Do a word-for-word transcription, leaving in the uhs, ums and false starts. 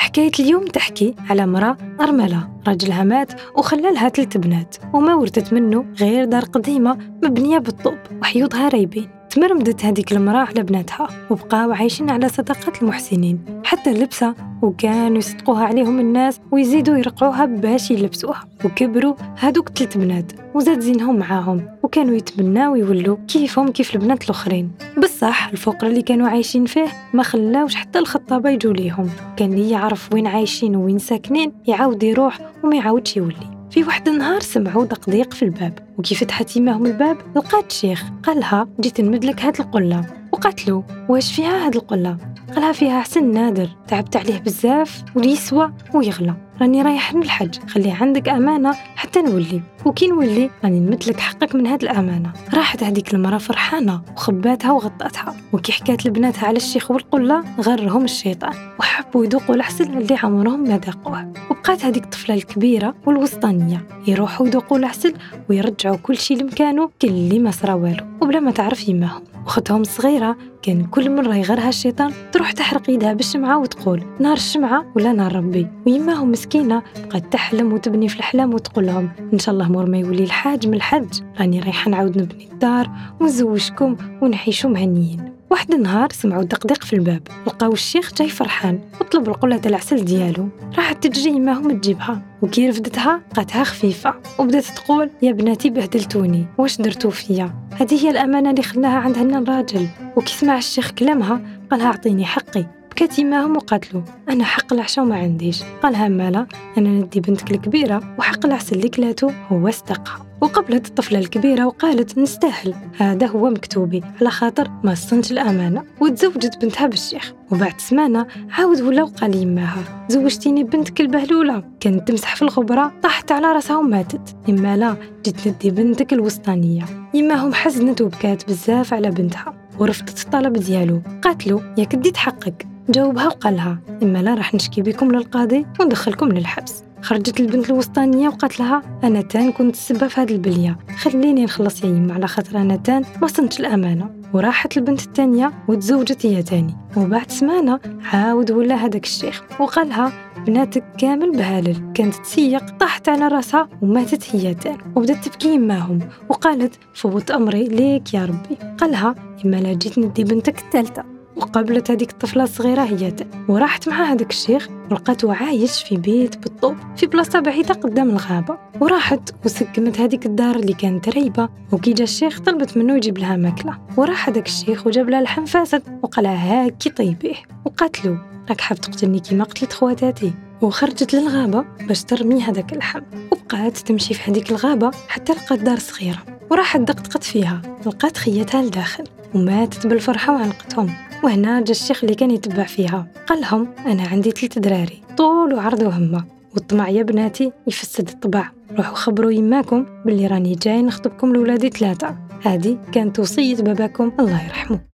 حكاية اليوم تحكي على مرأة أرملة راجلها مات وخلى لها ثلاث بنات وما ورثت منه غير دار قديمة مبنية بالطوب وحيوضها رايبين. تمرمدت هذيك المرأة على بناتها وبقاو عايشين على صدقة المحسنين حتى اللبسة، وكانوا يصدقوها عليهم الناس ويزيدوا يرقعوها باش يلبسوها. وكبروا هادوك ثلاث بنات وزاد زينهم معاهم وكانوا يتمناو يولوا كيفهم كيف البنات الآخرين. بصح الفقر اللي كانوا عايشين فيه ما خلاوش حتى الخطابة يجوا ليهم. كان اللي يعرف وين عايشين وين ساكنين يعاود يروح وما يعاودش يولي. في واحد النهار سمعوا دقديق في الباب، وكيف فتحت يماهم الباب لقات شيخ قالها جيت نمدلك هاد القلة. وقاتلو واش فيها هاد القلة؟ قالها فيها حسن نادر تعبت عليه بزاف ويسوى ويغلى، راني رايح للحج خليه عندك أمانة حتى نولي، وكي نولي راني نمدلك حقك من هاد الأمانة. راحت هذيك المرأة فرحانة وخباتها وغطتها، وكي حكات لبناتها على الشيخ والقلة غرهم الشيطان وحبوا يذوقوا العسل اللي عمرهم ما ذاقوه. وبقات هذيك الطفلة الكبيرة والوسطانية يروحوا يذوقوا العسل ويرجعوا كل شيء لمكانه كل ما صرا والو وبلا ما تعرف يماهم. أختهم الصغيرة كان كل مرة يغرها الشيطان تروح تحرق يدها بالشمعة وتقول نار الشمعة ولا نار ربي. ويماهم مسكينة بقت تحلم وتبني في الأحلام وتقول لهم إن شاء الله مور ما يولي الحاج من الحج راني رايحة نعاود نبني الدار ونزوجكم ونعيشوا مهنيين. واحد النهار سمعوا دقدق في الباب، لقاو الشيخ جاي فرحان وطلب القلة العسل ديالو. راحت تجري يماهم تجيبها، وكي رفدتها لقاتها خفيفة وبدات تقول يا بناتي بهدلتوني واش درتو فيا، هذه هي الأمانة اللي خلاها عند هنا الراجل. وكي سمع الشيخ كلامها قالها اعطيني حقي. بكات يماهم وقاتلو انا حق العشاء وما عنديش. قالها مالا انا ندي بنتك الكبيرة وحق العسل اللي كلاتو هو استقها. وقبلت الطفلة الكبيرة وقالت نستاهل، هذا هو مكتوبي على خاطر ما صنت الأمانة. وتزوجت بنتها بالشيخ. وبعد سمانة عاود ولا وقال يماها زوجتيني بنتك البهلولة، كانت تمسح في الخبرة طاحت على راسها وماتت. إما لا جيت ندي بنتك الوسطانية. يماهم حزنت وبكات بزاف على بنتها ورفضت الطلب ديالو. قاتلو ياك ديت حقك. جاوبها وقالها إما لا راح نشكي بكم للقاضي وندخلكم للحبس. خرجت البنت الوسطانية وقالت لها أنا تان كنت السبب في هذه البلية، خليني نخلص يا يما على خاطر أنا تان ما صنتش الأمانة. وراحت البنت الثانية وتزوجت هي تاني. وبعد سمانة عاود ولا هذاك الشيخ وقالها بناتك كامل بهالل، كانت تسيق طاحت على راسها وماتت هي تاني. وبدت تبكي يماهم وقالت فوت أمري ليك يا ربي. قالها إما لا جيت ندي بنتك الثالثة. وقابلت هذيك الطفلة الصغيرة هي تاني وراحت مع هذاك الشيخ ولقاته عايش في بيت بالطوب في بلاصة بعيدة قدام الغابة. وراحت وسكنت هذيك الدار اللي كانت ريبة. وكي جا الشيخ طلبت منه يجيب لها ماكلة، وراح هذاك الشيخ وجاب لها لحم فاسد وقالها هاكي طيبيه. وقاتلو راك حاب تقتلني كيما قتلت خواتاتي. وخرجت للغابة باش ترمي هذاك اللحم، وبقات تمشي في هذيك الغابة حتى لقات دار صغيرة وراحت دقدقت فيها لقات خيتها لداخل وماتت بالفرحة وعنقتهم. وهنا جا الشيخ اللي كان يتبع فيها قال لهم أنا عندي ثلاث دراري طول وعرض وهمة، والطمع يا بناتي يفسد الطبع، روحوا خبروا يماكم باللي راني جاي نخطبكم لولادي ثلاثة. هذه كانت وصية باباكم الله يرحمه.